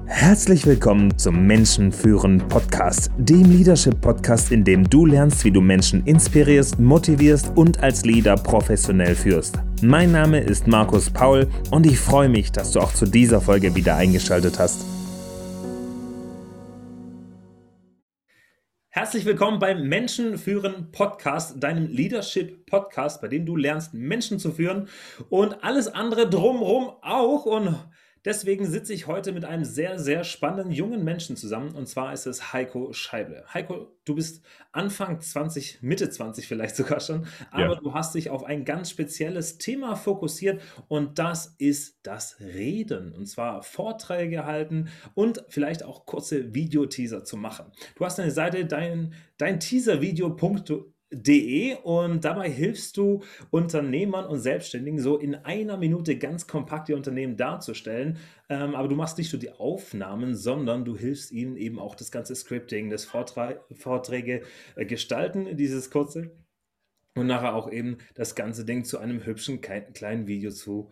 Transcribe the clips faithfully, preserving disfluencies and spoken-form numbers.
Herzlich willkommen zum Menschen führen Podcast, dem Leadership-Podcast, in dem du lernst, wie du Menschen inspirierst, motivierst und als Leader professionell führst. Mein Name ist Markus Paul und ich freue mich, dass du auch zu dieser Folge wieder eingeschaltet hast. Herzlich willkommen beim Menschen führen Podcast, deinem Leadership-Podcast, bei dem du lernst, Menschen zu führen und alles andere drumherum auch. Und deswegen sitze ich heute mit einem sehr, sehr spannenden jungen Menschen zusammen, und zwar ist es Heiko Scheible. Heiko, du bist Anfang zwanzig, Mitte zwanzig vielleicht sogar schon, Ja. aber du hast dich auf ein ganz spezielles Thema fokussiert, und das ist das Reden, und zwar Vorträge halten und vielleicht auch kurze Videoteaser zu machen. Du hast eine Seite, dein, dein Teaservideo punkt de, und dabei hilfst du Unternehmern und Selbstständigen so in einer Minute ganz kompakt ihr Unternehmen darzustellen. Ähm, aber du machst nicht nur die Aufnahmen, sondern du hilfst ihnen eben auch das ganze Scripting, das Vortra- Vorträge äh, gestalten, dieses kurze, und nachher auch eben das ganze Ding zu einem hübschen kei- kleinen Video zu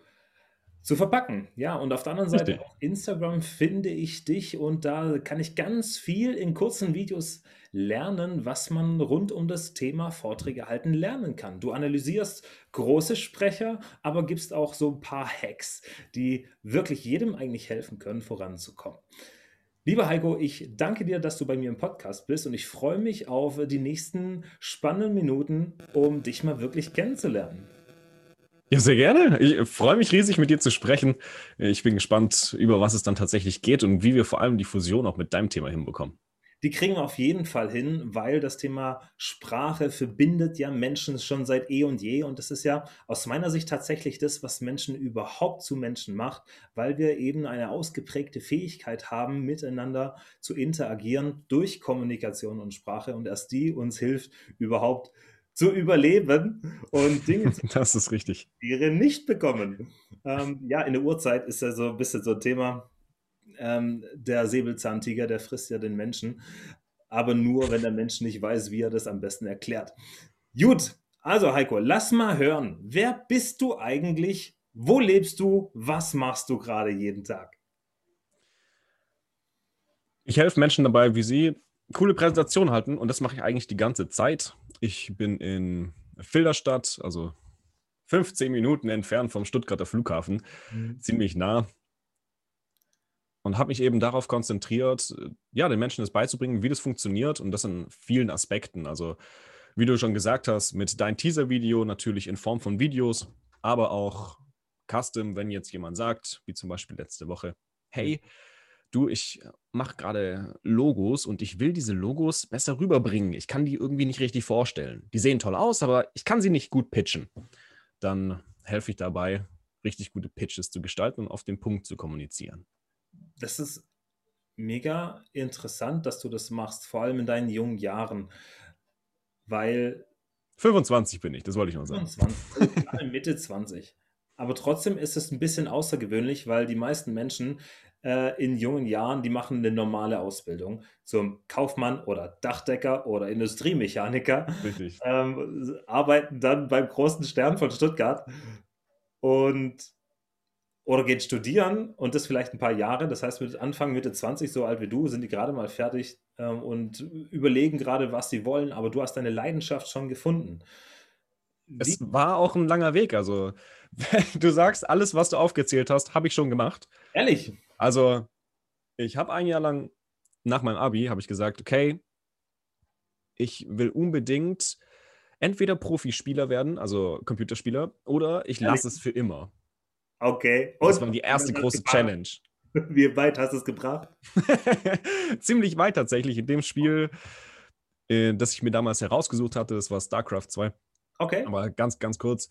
zu verpacken. Ja, und auf der anderen Seite Richtig. auf Instagram finde ich dich, und da kann ich ganz viel in kurzen Videos lernen, was man rund um das Thema Vorträge halten lernen kann. Du analysierst große Sprecher, aber gibst auch so ein paar Hacks, die wirklich jedem eigentlich helfen können, voranzukommen. Lieber Heiko, ich danke dir, dass du bei mir im Podcast bist, und ich freue mich auf die nächsten spannenden Minuten, um dich mal wirklich kennenzulernen. Ja, sehr gerne. Ich freue mich riesig, mit dir zu sprechen. Ich bin gespannt, über was es dann tatsächlich geht und wie wir vor allem die Fusion auch mit deinem Thema hinbekommen. Die kriegen wir auf jeden Fall hin, weil das Thema Sprache verbindet ja Menschen schon seit eh und je. Und das ist ja aus meiner Sicht tatsächlich das, was Menschen überhaupt zu Menschen macht, weil wir eben eine ausgeprägte Fähigkeit haben, miteinander zu interagieren durch Kommunikation und Sprache, und erst die uns hilft, überhaupt zu überleben und Dinge zu Das ist richtig. Tiere nicht bekommen. Ähm, ja, in der Urzeit ist ja so ein bisschen so ein Thema, ähm, der Säbelzahntiger, der frisst ja den Menschen, aber nur, wenn der Mensch nicht weiß, wie er das am besten erklärt. Gut, also Heiko, lass mal hören. Wer bist du eigentlich? Wo lebst du? Was machst du gerade jeden Tag? Ich helfe Menschen dabei, wie sie coole Präsentationen halten, und das mache ich eigentlich die ganze Zeit. Ich bin in Filderstadt, also fünfzehn Minuten entfernt vom Stuttgarter Flughafen, Mhm. ziemlich nah, und habe mich eben darauf konzentriert, äh, ja, den Menschen das beizubringen, wie das funktioniert, und das in vielen Aspekten. Also, wie du schon gesagt hast, mit deinem Teaser-Video natürlich in Form von Videos, aber auch Custom, wenn jetzt jemand sagt, wie zum Beispiel letzte Woche: Mhm. „Hey, du, ich mache gerade Logos und ich will diese Logos besser rüberbringen. Ich kann die irgendwie nicht richtig vorstellen. Die sehen toll aus, aber ich kann sie nicht gut pitchen." Dann helfe ich dabei, richtig gute Pitches zu gestalten und auf den Punkt zu kommunizieren. Das ist mega interessant, dass du das machst, vor allem in deinen jungen Jahren, weil fünfundzwanzig bin ich, das wollte ich noch sagen. fünfundzwanzig, also gerade Mitte zwanzig. Aber trotzdem ist es ein bisschen außergewöhnlich, weil die meisten Menschen äh, in jungen Jahren, die machen eine normale Ausbildung zum Kaufmann oder Dachdecker oder Industriemechaniker, Richtig. ähm, arbeiten dann beim großen Stern von Stuttgart und oder gehen studieren, und das vielleicht ein paar Jahre. Das heißt, mit Anfang, Mitte zwanzig, so alt wie du, sind die gerade mal fertig, ähm, und überlegen gerade, was sie wollen, aber du hast deine Leidenschaft schon gefunden. Wie Es war auch ein langer Weg. Also, wenn du sagst, alles, was du aufgezählt hast, habe ich schon gemacht. ehrlich? Also, ich habe ein Jahr lang nach meinem Abi habe ich gesagt: „Okay, ich will unbedingt entweder Profispieler werden, also Computerspieler, oder ich Ehrlich? lasse es für immer." Okay. Das Und war die wie weit erste hast du's große gebracht? Challenge. Wie weit hast du's gebracht? Ziemlich weit tatsächlich. In dem Spiel, äh, das ich mir damals herausgesucht hatte, das war StarCraft zwei. Okay. Aber ganz, ganz kurz.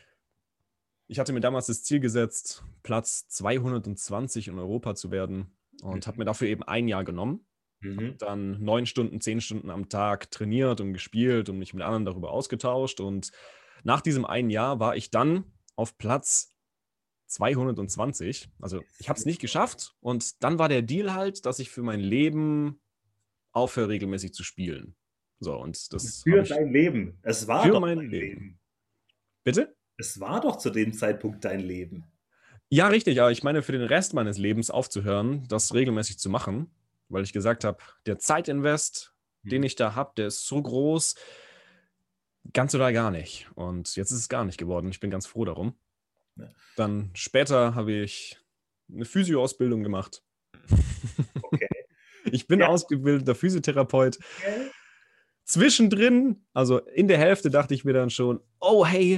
Ich hatte mir damals das Ziel gesetzt, Platz zweihundertzwanzig in Europa zu werden, und habe Mhm. mir dafür eben ein Jahr genommen. Habe Mhm. dann neun Stunden, zehn Stunden am Tag trainiert und gespielt und mich mit anderen darüber ausgetauscht. Und nach diesem einen Jahr war ich dann auf Platz zweihundertzwanzig. Also ich habe es nicht geschafft, und dann war der Deal halt, dass ich für mein Leben aufhöre, regelmäßig zu spielen. So, und das Für habe ich dein Leben. Es war für doch mein dein Leben. Leben. Bitte? Es war doch zu dem Zeitpunkt dein Leben. Ja, richtig, aber ich meine, für den Rest meines Lebens aufzuhören, das regelmäßig zu machen, weil ich gesagt habe, der Zeitinvest, den Mhm. ich da habe, der ist so groß, ganz oder gar nicht. Und jetzt ist es gar nicht geworden. Ich bin ganz froh darum. Ja. Dann später habe ich eine Physio-Ausbildung gemacht. Okay. Ich bin Ja, ausgebildeter Physiotherapeut. okay. Zwischendrin, also in der Hälfte, dachte ich mir dann schon, oh hey,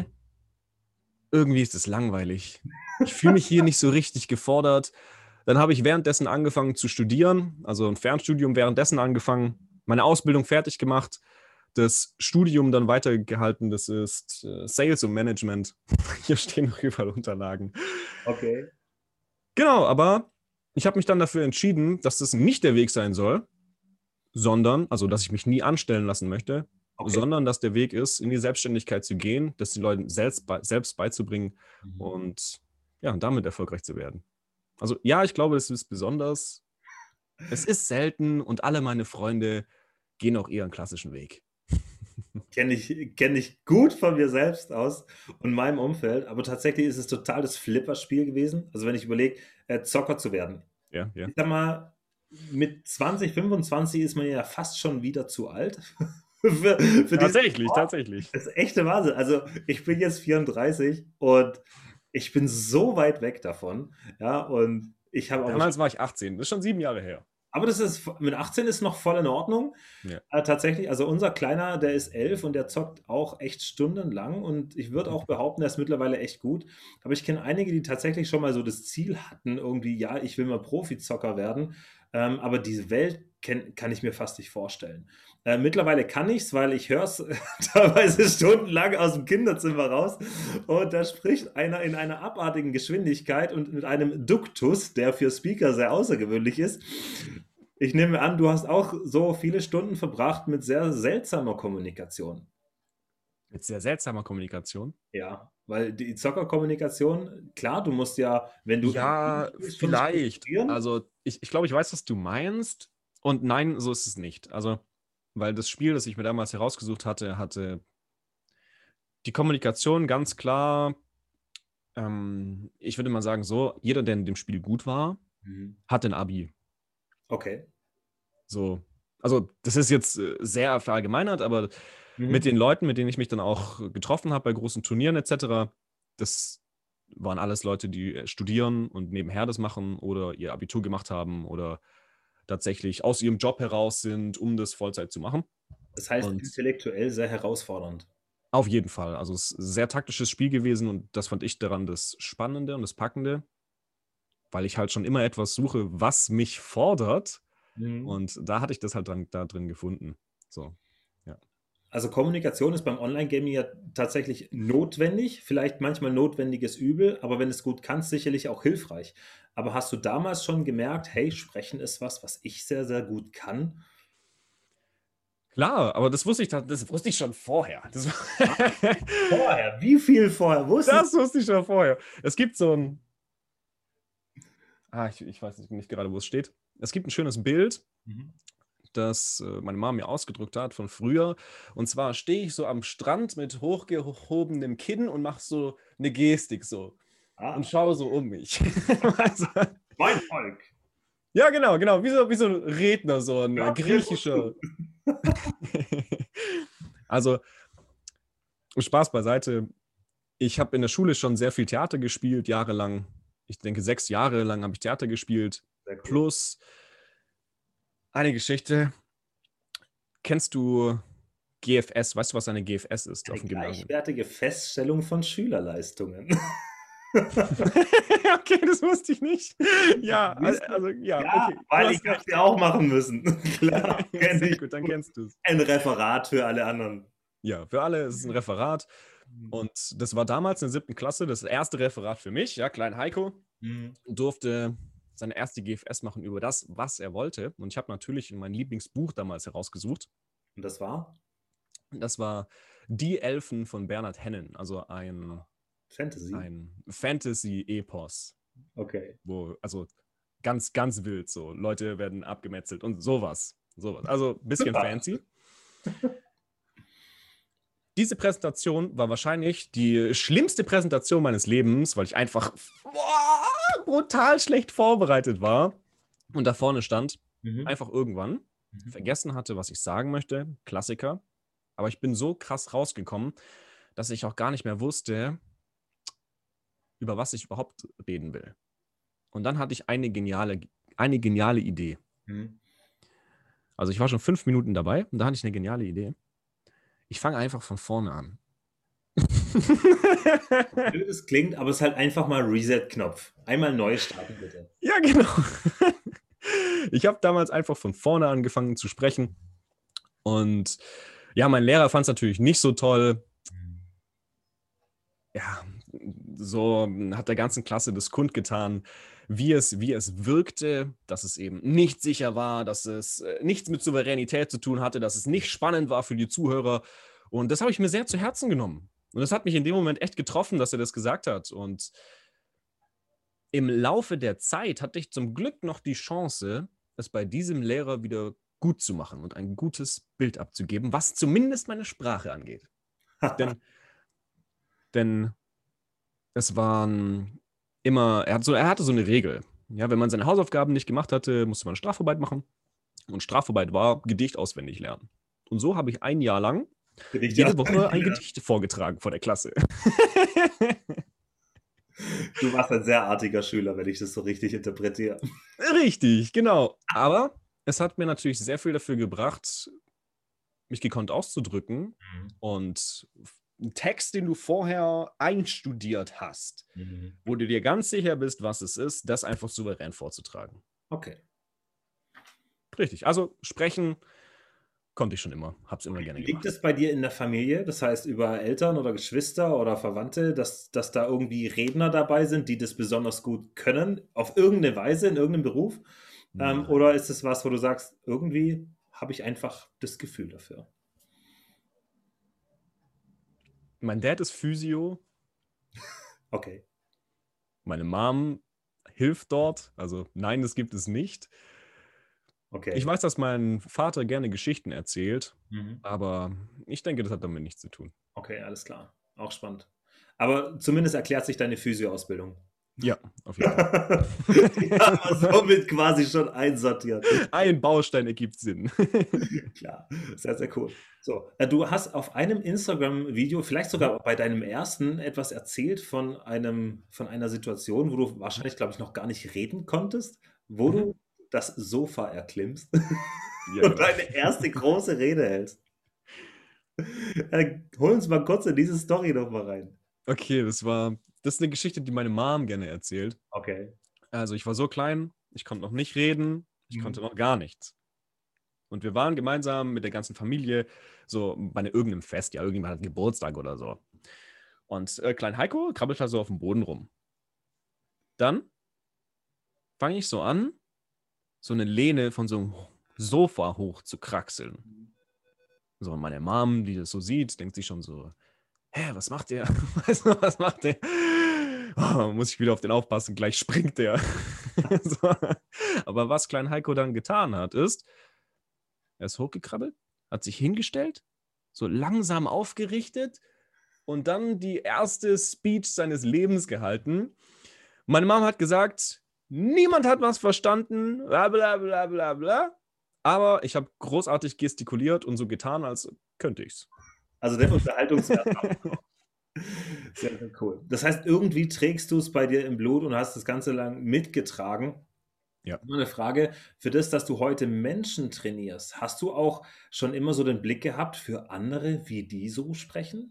irgendwie ist es langweilig. Ich fühle mich hier nicht so richtig gefordert. Dann habe ich währenddessen angefangen zu studieren, also ein Fernstudium währenddessen angefangen, meine Ausbildung fertig gemacht, das Studium dann weitergehalten. Das ist äh, Sales und Management. Hier stehen noch überall Unterlagen. Okay. Genau, aber ich habe mich dann dafür entschieden, dass das nicht der Weg sein soll, sondern, also dass ich mich nie anstellen lassen möchte, Okay. sondern dass der Weg ist, in die Selbstständigkeit zu gehen, das den Leuten selbst, bei, selbst beizubringen Mhm. und ja, damit erfolgreich zu werden. Also ja, ich glaube, es ist besonders. Es ist selten und alle meine Freunde gehen auch ihren klassischen Weg. Kenne ich, kenne ich gut von mir selbst aus und meinem Umfeld, aber tatsächlich ist es total das Flipperspiel gewesen. Also wenn ich überlege, äh, Zocker zu werden. Ja, ja. Ich sag mal, mit zwanzig, fünfundzwanzig ist man ja fast schon wieder zu alt für, für diesen Tatsächlich, Sport. tatsächlich. Das ist echte Wahnsinn. Also ich bin jetzt vierunddreißig und ich bin so weit weg davon. Ja, und ich habe aber schon, Damals war ich achtzehn, das ist schon sieben Jahre her. aber das ist, mit achtzehn ist noch voll in Ordnung. Ja. Äh, tatsächlich, also unser Kleiner, der ist elf und der zockt auch echt stundenlang und ich würde auch behaupten, er ist mittlerweile echt gut. Aber ich kenne einige, die tatsächlich schon mal so das Ziel hatten, irgendwie, ja, ich will mal Profizocker werden. Ähm, aber diese Welt kenn, kann ich mir fast nicht vorstellen. Äh, mittlerweile kann ich es, weil ich höre es teilweise stundenlang aus dem Kinderzimmer raus und da spricht einer in einer abartigen Geschwindigkeit und mit einem Duktus, der für Speaker sehr außergewöhnlich ist. Ich nehme an, du hast auch so viele Stunden verbracht mit sehr seltsamer Kommunikation. Mit sehr seltsamer Kommunikation. Ja, weil die Zockerkommunikation, klar, du musst ja, wenn du im Team Ja, spielst, schon dich vielleicht. konzentrieren. Also ich, ich glaube, ich weiß, was du meinst. Und nein, so ist es nicht. Also, weil das Spiel, das ich mir damals herausgesucht hatte, hatte die Kommunikation ganz klar, ähm, ich würde mal sagen so, jeder, der in dem Spiel gut war, Mhm. hat ein Abi. Okay. So. Also, das ist jetzt äh, sehr verallgemeinert, aber mit Mhm. den Leuten, mit denen ich mich dann auch getroffen habe bei großen Turnieren et cetera, das waren alles Leute, die äh, studieren und nebenher das machen oder ihr Abitur gemacht haben oder tatsächlich aus ihrem Job heraus sind, um das Vollzeit zu machen. Das heißt, Und intellektuell sehr herausfordernd. auf jeden Fall. Also es ist ein sehr taktisches Spiel gewesen und das fand ich daran das Spannende und das Packende, weil ich halt schon immer etwas suche, was mich fordert. Mhm. Und da hatte ich das halt dann da drin gefunden. So, ja. Also Kommunikation ist beim Online-Gaming ja tatsächlich notwendig, vielleicht manchmal notwendiges Übel, aber wenn es gut kannst, sicherlich auch hilfreich. Aber hast du damals schon gemerkt, hey, Sprechen ist was, was ich sehr, sehr gut kann? Klar, aber das wusste ich, das wusste ich schon vorher. Das, Vorher, wie viel vorher wusstest das wusste ich schon vorher. Es gibt so ein, ah, ich, ich weiß nicht, nicht gerade, wo es steht. Es gibt ein schönes Bild, du? Mhm. das äh, meine Mama mir ausgedrückt hat von früher. Und zwar stehe ich so am Strand mit hochgehobenem Kinn und mache so eine Gestik so und Ah, schaue so um mich. Also, mein Volk. ja, genau, genau, wie so, wie so ein Redner, so ein äh, Hört mir gut griechischer. zu. Also, Spaß beiseite. Ich habe in der Schule schon sehr viel Theater gespielt, jahrelang. Ich denke, sechs Jahre lang habe ich Theater gespielt. Sehr cool. Plus eine Geschichte. Kennst du G F S? Weißt du, was eine G F S ist auf Eine dem Gymnasium? gleichwertige Feststellung von Schülerleistungen. Okay, das wusste ich nicht. Ja, al- Siehst du? also ja, Ja, okay, du weil ich hast habe es recht. ja auch machen müssen. Klar, kenne Sehr ich. gut, dann kennst du es. Ein Referat für alle anderen. Ja, für alle ist es ein Referat. Mhm. Und das war damals in der siebten Klasse das erste Referat für mich. Ja, Klein Heiko Mhm. durfte seine erste G F S machen über das, was er wollte. Und ich habe natürlich mein Lieblingsbuch damals herausgesucht. Und das war Das war Die Elfen von Bernhard Hennen, also ein, Fantasy. ein Fantasy-Epos, Okay. wo, also ganz, ganz wild so. Leute werden abgemetzelt und sowas. Sowas. Also ein bisschen Super. fancy. Diese Präsentation war wahrscheinlich die schlimmste Präsentation meines Lebens, weil ich einfach brutal schlecht vorbereitet war und da vorne stand, Mhm. einfach irgendwann, Mhm. vergessen hatte, was ich sagen möchte, Klassiker. Aber ich bin so krass rausgekommen, dass ich auch gar nicht mehr wusste, über was ich überhaupt reden will. Und dann hatte ich eine geniale, eine geniale Idee. Mhm. Also ich war schon fünf Minuten dabei und da hatte ich eine geniale Idee. Ich fange einfach von vorne an. Blöd es klingt, aber es ist halt einfach mal Reset-Knopf. Einmal neu starten, bitte. Ja, genau. Ich habe damals einfach von vorne angefangen zu sprechen. Und ja, mein Lehrer fand es natürlich nicht so toll. Ja, so hat der ganzen Klasse das kundgetan, wie es, wie es wirkte, dass es eben nicht sicher war, dass es äh, nichts mit Souveränität zu tun hatte, dass es nicht spannend war für die Zuhörer. Und das habe ich mir sehr zu Herzen genommen. Und das hat mich in dem Moment echt getroffen, dass er das gesagt hat. Und im Laufe der Zeit hatte ich zum Glück noch die Chance, es bei diesem Lehrer wieder gut zu machen und ein gutes Bild abzugeben, was zumindest meine Sprache angeht. Denn, denn es waren immer, er, hat so, er hatte so eine Regel. Ja, wenn man seine Hausaufgaben nicht gemacht hatte, musste man Strafarbeit machen. Und Strafarbeit war Gedicht auswendig lernen. Und so habe ich ein Jahr lang Gedichte jede Woche auswendig ein lernen. Gedicht vorgetragen vor der Klasse. Du warst ein sehr artiger Schüler, wenn ich das so richtig interpretiere. Richtig, genau. Aber es hat mir natürlich sehr viel dafür gebracht, mich gekonnt auszudrücken Mhm. und einen Text, den du vorher einstudiert hast, Mhm. wo du dir ganz sicher bist, was es ist, das einfach souverän vorzutragen. Okay. Richtig. Also sprechen konnte ich schon immer, hab's immer gerne Liegt gemacht. es bei dir in der Familie, das heißt über Eltern oder Geschwister oder Verwandte, dass, dass da irgendwie Redner dabei sind, die das besonders gut können, auf irgendeine Weise, in irgendeinem Beruf? Ähm, oder Nein. ist es was, wo du sagst, irgendwie habe ich einfach das Gefühl dafür? Mein Dad ist Physio, Okay. meine Mom hilft dort, also nein, das gibt es nicht. Ich Okay. weiß, dass mein Vater gerne Geschichten erzählt, Mhm. aber ich denke, das hat damit nichts zu tun. Okay, alles klar. Auch spannend. Aber zumindest erklärt sich deine Physio-Ausbildung. Ja, auf jeden Fall. Die haben wir somit quasi schon einsortiert. Ein Baustein ergibt Sinn. Klar, sehr, sehr cool. So, äh, du hast auf einem Instagram-Video, vielleicht Mhm. sogar bei deinem ersten, etwas erzählt von einem von einer Situation, wo du Mhm. wahrscheinlich, glaube ich, noch gar nicht reden konntest, wo Mhm. du das Sofa erklimmst Ja, und genau. deine erste große Rede hältst. Äh, hol uns mal kurz in diese Story noch mal rein. Okay, das war das ist eine Geschichte, die meine Mom gerne erzählt. Okay. Also, ich war so klein, ich konnte noch nicht reden, ich Mhm. konnte noch gar nichts. Und wir waren gemeinsam mit der ganzen Familie so bei 'ne irgend 'nem Fest, ja, irgendjemand hat Geburtstag oder so. Und, äh, Klein Heiko krabbelt da so aufm Boden rum. Dann fange ich so an, so 'ne Lehne von so 'nem Sofa hoch zu kraxeln. So, und meine Mom, die das so sieht, denkt sich schon so: „Hä, was macht der? Weißt du, was macht der? Oh, muss ich wieder auf den aufpassen, gleich springt der." So. Aber was Klein Heiko dann getan hat, ist, er ist hochgekrabbelt, hat sich hingestellt, so langsam aufgerichtet und dann die erste Speech seines Lebens gehalten. Meine Mom hat gesagt, niemand hat was verstanden, bla bla bla bla bla. Aber ich habe großartig gestikuliert und so getan, als könnte ich's. Also, der Unterhaltungswert war sehr, sehr cool. Das heißt, irgendwie trägst du es bei dir im Blut und hast das Ganze lang mitgetragen. Ja. Nur 'ne Frage, für das, dass du heute Menschen trainierst, hast du auch schon immer so den Blick gehabt für andere, wie die so sprechen?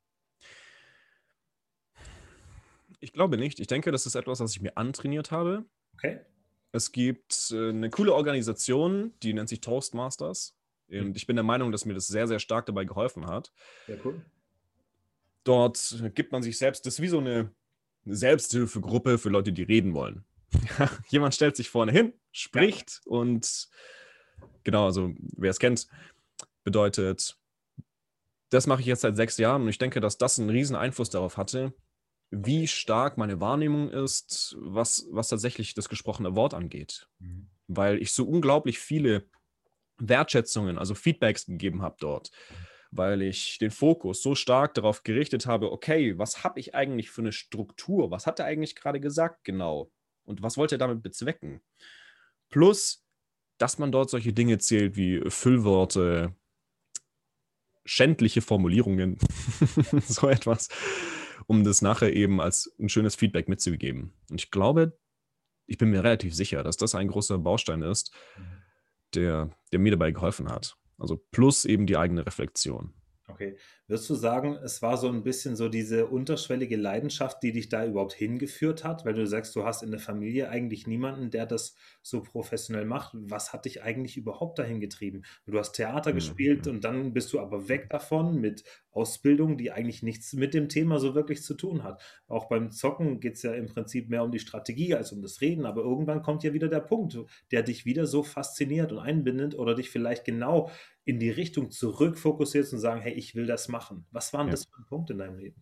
Ich glaube nicht. Ich denke, das ist etwas, was ich mir antrainiert habe. Okay. Es gibt, äh, 'ne coole Organisation, die nennt sich Toastmasters. Hm, Und ich bin der Meinung, dass mir das sehr, sehr stark dabei geholfen hat. sehr cool. Dort gibt man sich selbst das ist wie so 'ne Selbsthilfegruppe für Leute, die reden wollen. Ja, jemand stellt sich vorne hin, Ja. spricht und genau, also wer es kennt, bedeutet, das mache ich jetzt seit sechs Jahren und ich denke, dass das 'n riesen Einfluss darauf hatte, wie stark meine Wahrnehmung ist, was was tatsächlich das gesprochene Wort angeht. Mhm. Weil ich so unglaublich viele Wertschätzungen, also Feedbacks gegeben habe dort, weil ich den Fokus so stark darauf gerichtet habe: „Okay, was habe ich eigentlich für 'ne Struktur? Was hat er eigentlich grade gesagt genau?" und was wollte er damit bezwecken? Plus, dass man dort solche Dinge zählt wie Füllworte, schändliche Formulierungen, so etwas, um das nachher eben als ein schönes Feedback mitzugeben. Und ich glaube, ich bin mir relativ sicher, dass das ein großer Baustein ist, Mhm. der, der mir dabei geholfen hat. Also plus eben die eigene Reflexion. Okay. Würdest du sagen, es war so ein bisschen so diese unterschwellige Leidenschaft, die dich da überhaupt hingeführt hat? Weil du sagst, du hast in der Familie eigentlich niemanden, der das so professionell macht. Was hat dich eigentlich überhaupt dahin getrieben? Du hast Theater gespielt Mhm. und dann bist du aber weg davon mit Ausbildung, die eigentlich nichts mit dem Thema so wirklich zu tun hat. Auch beim Zocken geht es ja im Prinzip mehr um die Strategie als um das Reden, aber irgendwann kommt ja wieder der Punkt, der dich wieder so fasziniert und einbindet oder dich vielleicht genau in die Richtung zurückfokussierst und sagen: „Hey, ich will das machen.“ Was war 'n Ja. das für 'n Punkt in deinem Leben?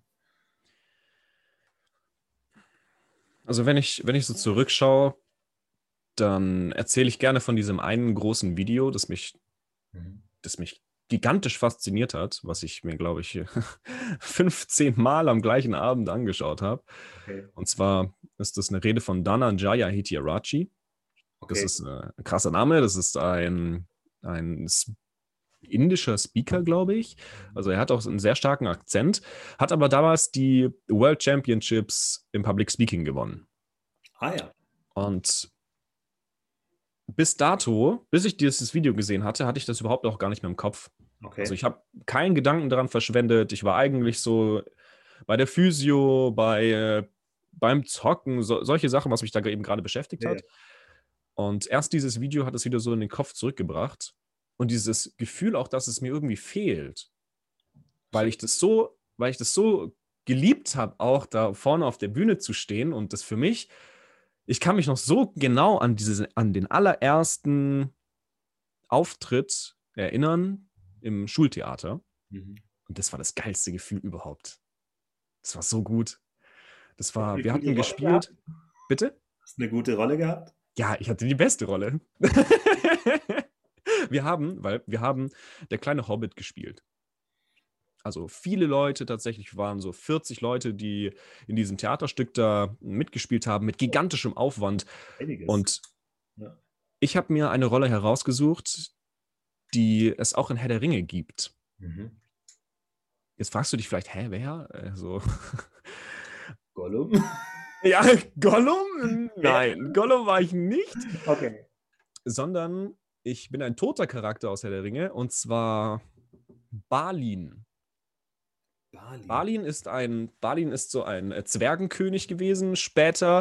Also wenn ich, wenn ich so zurückschaue, dann erzähle ich gerne von diesem einen großen Video, das mich, Mhm. das mich gigantisch fasziniert hat, was ich mir, glaube ich, fünfzehn Mal am gleichen Abend angeschaut habe. Okay, Und zwar ist das eine Rede von Dhananjaya Hettiarachchi. Das okay. ist äh, ein krasser Name. Das ist ein, ein s- indischer Speaker, glaube ich. Mhm. Also er hat auch einen sehr starken Akzent, hat aber damals die World Championships im Public Speaking gewonnen. Ah ja, Und bis dato, bis ich dieses Video gesehen hatte, hatte ich das überhaupt auch gar nicht mehr im Kopf. Also okay. ich habe keinen Gedanken daran verschwendet. Ich war eigentlich so bei der Physio, bei, äh, beim Zocken, so, solche Sachen, was mich da eben gerade beschäftigt Ja, ja. hat. Und erst dieses Video hat es wieder so in den Kopf zurückgebracht. Und dieses Gefühl auch, dass es mir irgendwie fehlt, weil Schön. ich das so, weil ich das so geliebt habe, auch da vorne auf der Bühne zu stehen und das für mich, ich kann mich noch so genau an diese, an den allerersten Auftritt erinnern im Schultheater. Mhm. Und das war das geilste Gefühl überhaupt. Das war so gut. Das Hast du war, 'ne wir gute hatten Rolle gehabt? gespielt. Bitte? Hast 'ne gute Rolle gehabt? Ja, ich hatte die beste Rolle. Wir haben, weil wir haben der kleine Hobbit gespielt. Also viele Leute, tatsächlich waren so vierzig Leute, die in diesem Theaterstück da mitgespielt haben, mit gigantischem Aufwand. Einiges. Und Ja. ich habe mir eine Rolle herausgesucht, die es auch in Herr der Ringe gibt. Mhm. Jetzt fragst du dich vielleicht, hä, wer? Also, Gollum? ja, Gollum? Wer? Nein, Gollum war ich nicht, Okay. sondern ich bin ein toter Charakter aus Herr der Ringe und zwar Balin. Balin. Balin ist ein, Balin ist so ein äh, Zwergenkönig gewesen, später,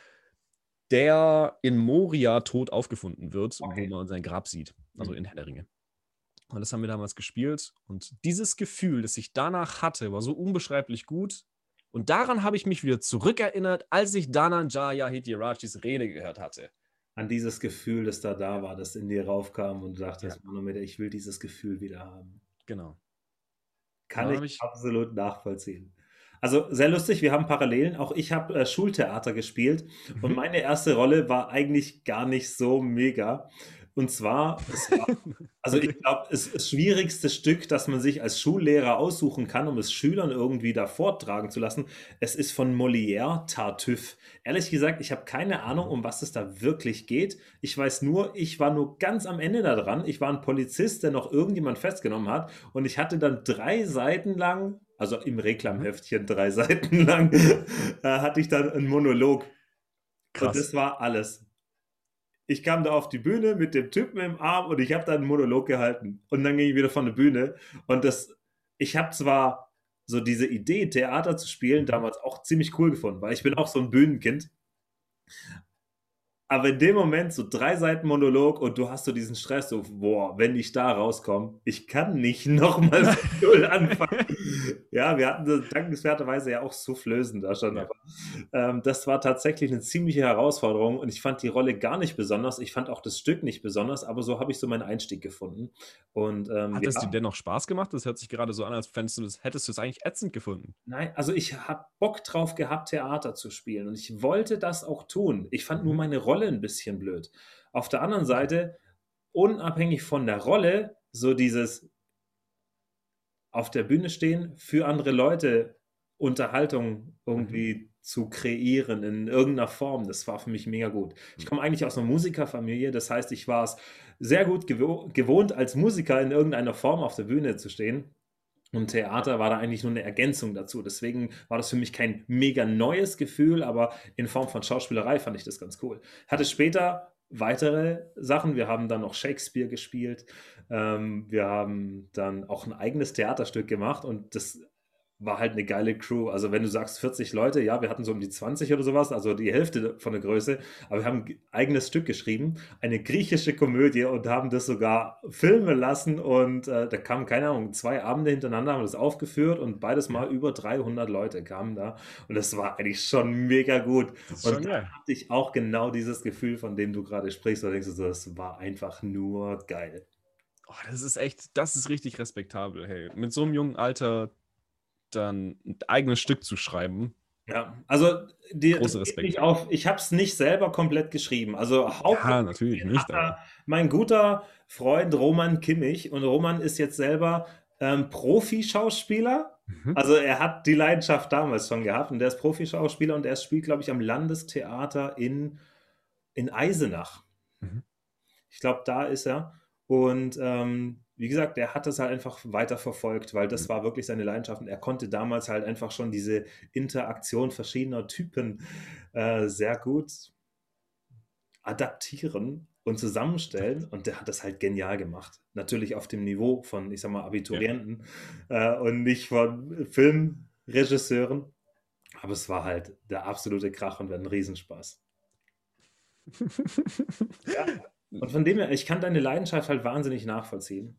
der in Moria tot aufgefunden wird, wo Okay. man sein Grab sieht, also Mhm. in Herr der Ringe. Und das haben wir damals gespielt. Und dieses Gefühl, das ich danach hatte, war so unbeschreiblich gut. Und daran habe ich mich wieder zurückerinnert, als ich Dhananjaya Hettiarachchis Rede gehört hatte. An dieses Gefühl, das da da Ja, war, das in dir raufkam und du ja, dachtest: „Manometer, ich will dieses Gefühl wieder haben.“ genau. Und Kann dann ich habe ich. absolut nachvollziehen. Also, sehr lustig, wir haben Parallelen. Auch ich habe, äh, Schultheater gespielt und Mhm. meine erste Rolle war eigentlich gar nicht so mega. Und zwar, es war also, ich Okay. glaube, es das schwierigste Stück, das man sich als Schullehrer aussuchen kann, um es Schülern irgendwie da vortragen zu lassen, es ist von Molière Tartuffe. Ehrlich gesagt, ich habe keine Ahnung, Mhm. um was es da wirklich geht. Ich weiß nur, ich war nur ganz am Ende da dran. Ich war 'n Polizist, der noch irgendjemand festgenommen hat und ich hatte dann drei Seiten lang, also im Mhm. Reklamheftchen drei Seiten lang, äh, hatte ich dann 'n Monolog und Krass. das war alles. Ich kam da auf die Bühne mit dem Typen im Arm und ich habe da 'n Monolog gehalten und dann ging ich wieder von der Bühne und das ich habe zwar so diese Idee, Theater zu spielen, Mhm. damals auch ziemlich cool gefunden, weil ich bin Mhm. auch so 'n Bühnenkind. Aber in dem Moment so drei Seiten Monolog und du hast so diesen Stress, so: „Boah, wenn ich da rauskomme, ich kann nicht noch mal von null anfangen.“ Ja, wir hatten da dankenswerterweise ja auch Soufflösen da schon, Ja. aber, ähm, das war tatsächlich 'ne ziemliche Herausforderung und ich fand die Rolle gar nicht besonders. Ich fand auch das Stück nicht besonders, aber so habe ich so meinen Einstieg gefunden. Und, ähm, Hat wir es dir haben dennoch Spaß gemacht? Das hört sich gerade so an, als fändest du das, hättest du es eigentlich ätzend gefunden. nein, also ich habe Bock drauf gehabt, Theater zu spielen und ich wollte das auch tun. Ich fand nur Mhm. meine Rolle 'n bisschen blöd. Auf der anderen Okay. Seite, unabhängig von der Rolle, so dieses auf der Bühne stehen, für andere Leute Unterhaltung Mhm. irgendwie zu kreieren in irgendeiner Form. Das war für mich mega gut. Ich komme eigentlich aus einer Musikerfamilie, das heißt, ich war es sehr gut gewo gewohnt, als Musiker in irgendeiner Form auf der Bühne zu stehen. Und Theater war da eigentlich nur eine Ergänzung dazu. Deswegen war das für mich kein mega neues Gefühl, aber in Form von Schauspielerei fand ich das ganz cool. Hatte später weitere Sachen. Wir haben dann noch Shakespeare gespielt. Ähm, wir haben dann auch ein eigenes Theaterstück gemacht und das war halt eine geile Crew. Also wenn du sagst vierzig Leute, ja, wir hatten so um die zwanzig oder sowas, also die Hälfte von der Größe, aber wir haben ein eigenes Stück geschrieben, eine griechische Komödie und haben das sogar filmen lassen und äh, da kamen, keine Ahnung, zwei Abende hintereinander, haben wir das aufgeführt und beides Ja, Mal über dreihundert Leute kamen da und das war eigentlich schon mega gut. das ist schon Und da geil. hatte ich auch genau dieses Gefühl, von dem du gerade sprichst, da denkst du so, das war einfach nur geil. Oh, das ist echt, das ist richtig respektabel, hey. Mit so einem jungen Alter dann ein eigenes Stück zu schreiben, Ja, also die, das großer geht nicht Respekt. auf. Ich habe es nicht selber komplett geschrieben. Also Ja, natürlich Hauptregie hat nicht, da aber mein guter Freund Roman Kimmich und Roman ist jetzt selber ähm, Profi-Schauspieler. mhm, Also er hat die Leidenschaft damals schon gehabt und der ist Profi-Schauspieler und er spielt, glaube ich, am Landestheater in, in Eisenach. mhm, Ich glaube, da ist er. Und ähm, wie gesagt, der hat das halt einfach weiter verfolgt, weil das mhm. war wirklich seine Leidenschaft. Und er konnte damals halt einfach schon diese Interaktion verschiedener Typen äh, sehr gut adaptieren und zusammenstellen. Und der hat das halt genial gemacht. Natürlich auf dem Niveau von, ich sag mal, Ja. Abiturienten äh, und nicht von Filmregisseuren. Aber es war halt der absolute Krach und ein Riesenspaß. Ja. Und von dem her, ich kann deine Leidenschaft halt wahnsinnig nachvollziehen.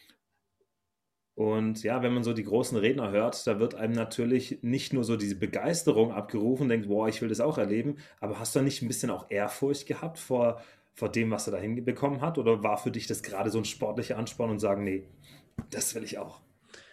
Und ja, wenn man so die großen Redner hört, da wird einem natürlich nicht nur so diese Begeisterung abgerufen, denkt, boah, ich will das auch erleben, aber hast du nicht ein bisschen auch Ehrfurcht gehabt vor, vor dem, was er da hinbekommen hat? Oder war für dich das gerade so ein sportlicher Ansporn und sagen, nee, das will ich auch?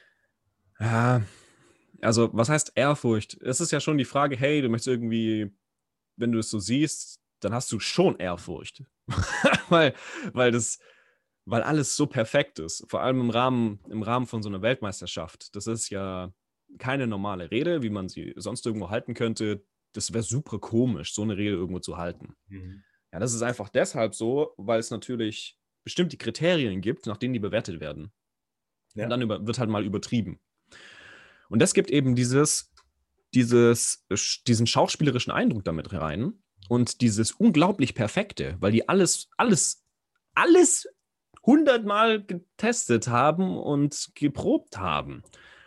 Ja, also was heißt Ehrfurcht? Es ist ja schon die Frage, hey, du möchtest irgendwie, wenn du es so siehst, dann hast du schon Ehrfurcht. weil, weil das, weil alles so perfekt ist. Vor allem im Rahmen, im Rahmen von so einer Weltmeisterschaft. Das ist ja keine normale Rede, wie man sie sonst irgendwo halten könnte. Das wäre super komisch, so eine Rede irgendwo zu halten. Mhm. Ja, das ist einfach deshalb so, weil es natürlich bestimmte Kriterien gibt, nach denen die bewertet werden. Und Ja. dann über, wird halt mal übertrieben. Und das gibt eben dieses, dieses, diesen schauspielerischen Eindruck damit rein und dieses unglaublich Perfekte, weil die alles, alles, alles hundertmal getestet haben und geprobt haben.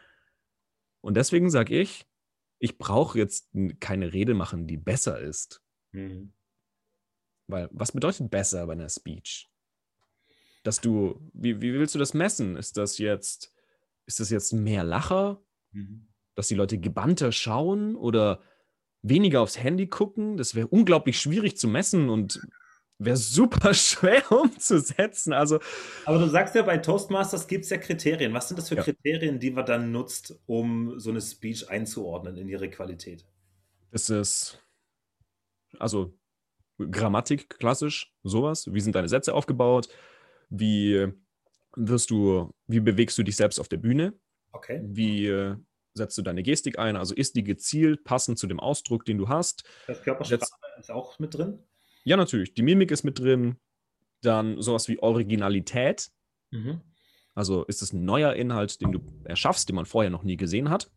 Und deswegen sage ich, ich brauche jetzt keine Rede machen, die besser ist. Mhm. Weil was bedeutet besser bei einer Speech? Dass du, wie, wie willst du das messen? Ist das jetzt, ist das jetzt mehr Lacher? Mhm. Dass die Leute gebannter schauen oder weniger aufs Handy gucken? Das wäre unglaublich schwierig zu messen und wäre super schwer umzusetzen. Also, Aber du sagst ja, bei Toastmasters gibt es ja Kriterien. Was sind das für ja, Kriterien, die man dann nutzt, um so eine Speech einzuordnen in ihre Qualität? das ist, also Grammatik klassisch, sowas. Wie sind deine Sätze aufgebaut? Wie wirst du, wie bewegst du dich selbst auf der Bühne? Okay. Wie äh, setzt du deine Gestik ein? Also ist die gezielt passend zu dem Ausdruck, den du hast? Das Körpersprache Setzt, ist auch mit drin. ja, natürlich, die Mimik ist mit drin. Dann sowas wie Originalität. Mhm. Also ist es ein neuer Inhalt, den du erschaffst, den man vorher noch nie gesehen hat.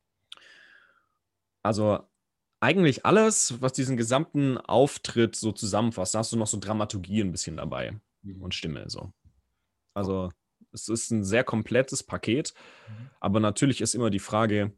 Also eigentlich alles, was diesen gesamten Auftritt so zusammenfasst. Da hast du noch so Dramaturgie ein bisschen dabei Mhm. und Stimme so. Okay. Also es ist ein sehr komplettes Paket, Mhm. aber natürlich ist immer die Frage,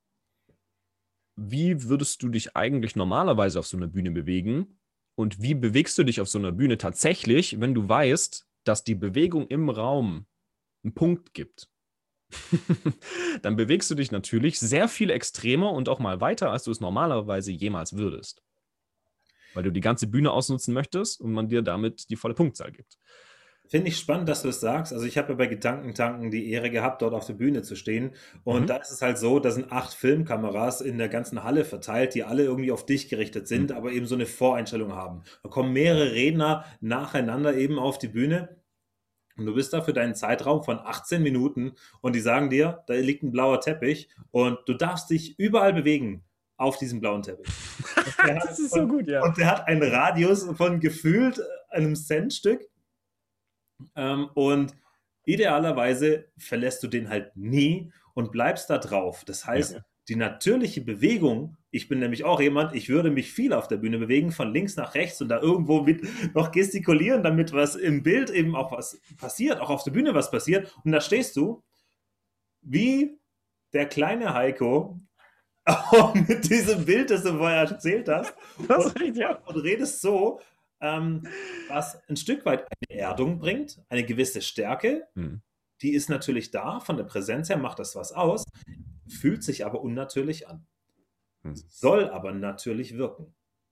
wie würdest du dich eigentlich normalerweise auf so einer Bühne bewegen und wie bewegst du dich auf so einer Bühne tatsächlich, wenn du weißt, dass die Bewegung im Raum einen Punkt gibt? Dann bewegst du dich natürlich sehr viel extremer und auch mal weiter, als du es normalerweise jemals würdest. Weil du die ganze Bühne ausnutzen möchtest und man dir damit die volle Punktzahl gibt. Finde ich spannend, dass du es sagst. Also ich habe ja bei Gedankentanken die Ehre gehabt, dort auf der Bühne zu stehen. Und Mhm. da ist es halt so, da sind acht Filmkameras in der ganzen Halle verteilt, die alle irgendwie auf dich gerichtet Mhm. sind, aber eben so eine Voreinstellung haben. Da kommen mehrere Redner nacheinander eben auf die Bühne. Und du bist da für deinen Zeitraum von achtzehn Minuten und die sagen dir, da liegt ein blauer Teppich und du darfst dich überall bewegen. auf diesem blauen Teppich. Und der hat, Das ist so und, gut, ja. und der hat einen Radius von gefühlt einem Centstück. Ähm, und idealerweise verlässt du den halt nie und bleibst da drauf. Das Ja. heißt, die natürliche Bewegung, ich bin nämlich auch jemand, ich würde mich viel auf der Bühne bewegen, von links nach rechts und da irgendwo mit noch gestikulieren, damit was im Bild eben auch was passiert, auch auf der Bühne was passiert. Und da stehst du wie der kleine Heiko mit diesem Bild, das du vorher erzählt hast, Das und, ist recht, ja. und redest so, ähm, was ein Stück weit eine Erdung bringt, eine gewisse Stärke, Hm. die ist natürlich da, von der Präsenz her macht das was aus, fühlt sich aber unnatürlich an, Hm. soll aber natürlich wirken.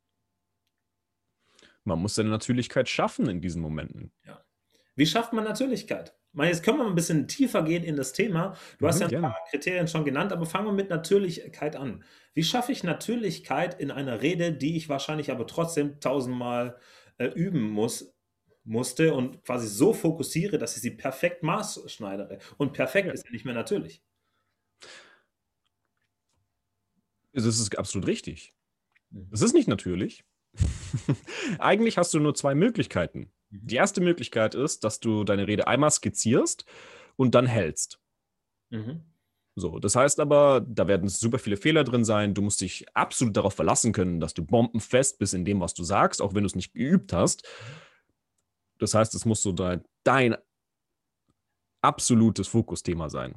Man muss seine Natürlichkeit schaffen in diesen Momenten. Ja. Wie schafft man Natürlichkeit? Ich meine, jetzt können wir mal ein bisschen tiefer gehen in das Thema. Du hast Mhm, ja ein gerne. paar Kriterien schon genannt, aber fangen wir mit Natürlichkeit an. Wie schaffe ich Natürlichkeit in einer Rede, die ich wahrscheinlich aber trotzdem tausendmal äh, üben muss, musste und quasi so fokussiere, dass ich sie perfekt maßschneidere? Und perfekt Ja. ist ja nicht mehr natürlich. Das ist absolut richtig. Mhm. Es ist nicht natürlich. Eigentlich hast du nur zwei Möglichkeiten. Mhm. Die erste Möglichkeit ist, dass du deine Rede einmal skizzierst und dann hältst. Mhm. So, das heißt aber, da werden super viele Fehler drin sein. Du musst dich absolut darauf verlassen können, dass du bombenfest bist in dem, was du sagst, auch wenn du es nicht geübt hast. Das heißt, es muss so dein, dein absolutes Fokusthema sein.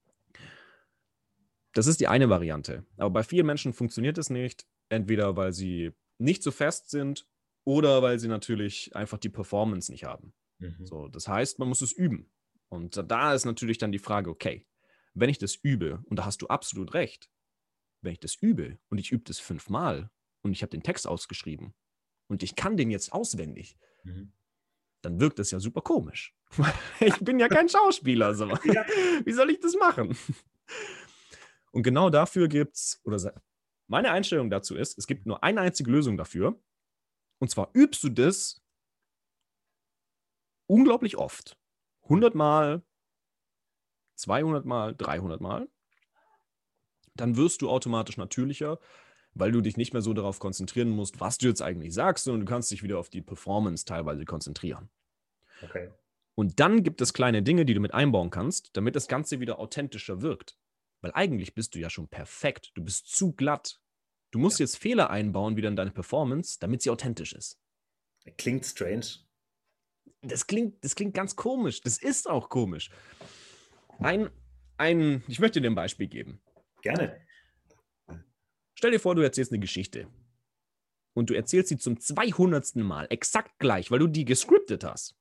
Das ist die eine Variante. Aber bei vielen Menschen funktioniert es nicht. Entweder weil sie nicht so fest sind oder weil sie natürlich einfach die Performance nicht haben. Mhm. So, das heißt, man muss es üben. Und da ist natürlich dann die Frage, okay, wenn ich das übe, und da hast du absolut recht, wenn ich das übe und ich übe das fünfmal und ich habe den Text ausgeschrieben und ich kann den jetzt auswendig, Mhm. dann wirkt das ja super komisch. Ich bin ja kein Schauspieler. So. Ja. Wie soll ich das machen? Und genau dafür gibt es, oder meine Einstellung dazu ist, es gibt nur eine einzige Lösung dafür. Und zwar übst du das unglaublich oft. hundert Mal, zweihundert Mal, dreihundert Mal. Dann wirst du automatisch natürlicher, weil du dich nicht mehr so darauf konzentrieren musst, was du jetzt eigentlich sagst, sondern du kannst dich wieder auf die Performance teilweise konzentrieren. Okay. Und dann gibt es kleine Dinge, die du mit einbauen kannst, damit das Ganze wieder authentischer wirkt. Weil eigentlich bist du ja schon perfekt. Du bist zu glatt. Du musst jetzt Fehler einbauen wieder in deine Performance, damit sie authentisch ist. Klingt strange. Das klingt, das klingt ganz komisch. Das ist auch komisch. Ein, ein, ich möchte dir ein Beispiel geben. Gerne. Stell dir vor, du erzählst eine Geschichte. Und du erzählst sie zum zweihundertsten Mal exakt gleich, weil du die gescriptet hast.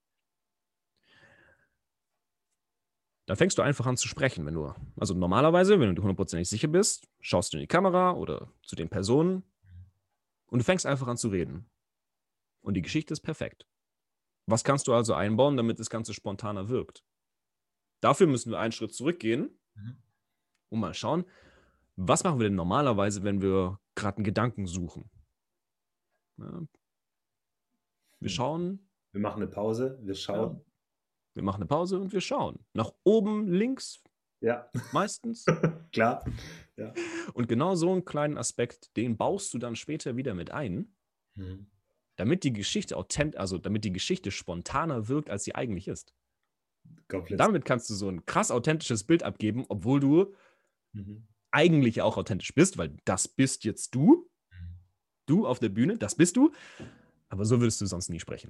Dann fängst du einfach an zu sprechen, wenn du, also normalerweise, wenn du hundertprozentig sicher bist, schaust du in die Kamera oder zu den Personen und du fängst einfach an zu reden. Und die Geschichte ist perfekt. Was kannst du also einbauen, damit das Ganze spontaner wirkt? Dafür müssen wir einen Schritt zurückgehen Mhm. und mal schauen, was machen wir denn normalerweise, wenn wir gerade einen Gedanken suchen? Ja. Wir schauen. Wir machen eine Pause, wir schauen. Ja. Wir machen eine Pause und wir schauen. Nach oben, links, Ja. meistens. Klar. Ja. Und genau so einen kleinen Aspekt, den baust du dann später wieder mit ein, Mhm. damit die Geschichte authent, also damit die Geschichte spontaner wirkt, als sie eigentlich ist. Komplett. Damit kannst du so ein krass authentisches Bild abgeben, obwohl du Mhm. eigentlich auch authentisch bist, weil das bist jetzt du. Du auf der Bühne, das bist du. Aber so würdest du sonst nie sprechen.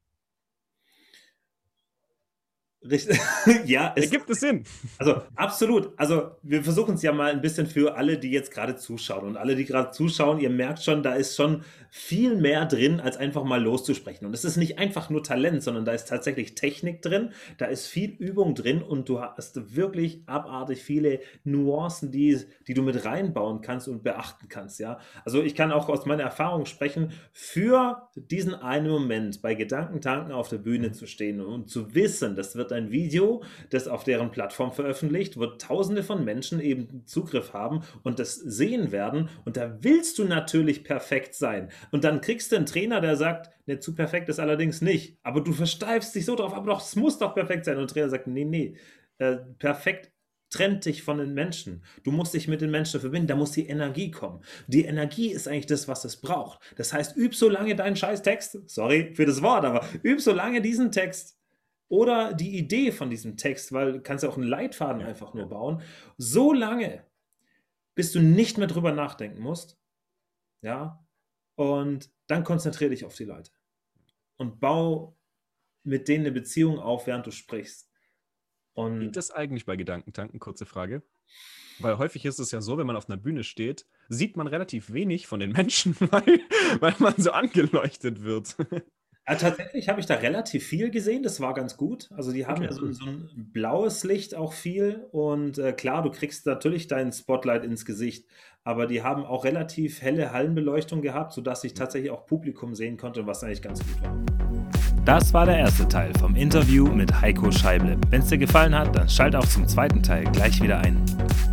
Richtig. Ja, es Ergibt es Sinn? Also absolut. Also wir versuchen es ja mal ein bisschen für alle, die jetzt gerade zuschauen. Und alle, die gerade zuschauen, ihr merkt schon, da ist schon viel mehr drin, als einfach mal loszusprechen. Und es ist nicht einfach nur Talent, sondern da ist tatsächlich Technik drin, da ist viel Übung drin und du hast wirklich abartig viele Nuancen, die, die du mit reinbauen kannst und beachten kannst. Ja? Also ich kann auch aus meiner Erfahrung sprechen, für diesen einen Moment bei Gedankentanken auf der Bühne zu stehen und zu wissen, das wird ein Video, das auf deren Plattform veröffentlicht, wo Tausende von Menschen eben Zugriff haben und das sehen werden. Und da willst du natürlich perfekt sein. Und dann kriegst du einen Trainer, der sagt, ne, zu perfekt ist allerdings nicht. Aber du versteifst dich so drauf, aber doch, es muss doch perfekt sein. Und der Trainer sagt, nee, nee, äh, perfekt trennt dich von den Menschen. Du musst dich mit den Menschen verbinden, da muss die Energie kommen. Die Energie ist eigentlich das, was es braucht. Das heißt, üb so lange deinen scheiß Text, sorry für das Wort, aber üb so lange diesen Text oder die Idee von diesem Text, weil du kannst ja auch einen Leitfaden Ja, einfach nur ja. bauen, so lange, bis du nicht mehr drüber nachdenken musst, ja, und dann konzentriere dich auf die Leute und bau mit denen eine Beziehung auf, während du sprichst. Geht Und das eigentlich bei Gedankentanken? Kurze Frage. Weil häufig ist es ja so, wenn man auf einer Bühne steht, sieht man relativ wenig von den Menschen, weil, weil man so angeleuchtet wird. ja, tatsächlich habe ich da relativ viel gesehen, das war ganz gut. Also die haben Okay, ja so, cool. so ein blaues Licht auch viel und äh, klar, du kriegst natürlich deinen Spotlight ins Gesicht, aber die haben auch relativ helle Hallenbeleuchtung gehabt, sodass ich tatsächlich auch Publikum sehen konnte, was eigentlich ganz gut war. Das war der erste Teil vom Interview mit Heiko Scheible. Wenn es dir gefallen hat, dann schalt auch zum zweiten Teil gleich wieder ein.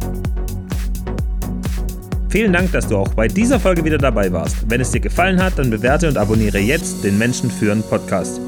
Vielen Dank, dass du auch bei dieser Folge wieder dabei warst. Wenn es dir gefallen hat, dann bewerte und abonniere jetzt den Menschen führen Podcast.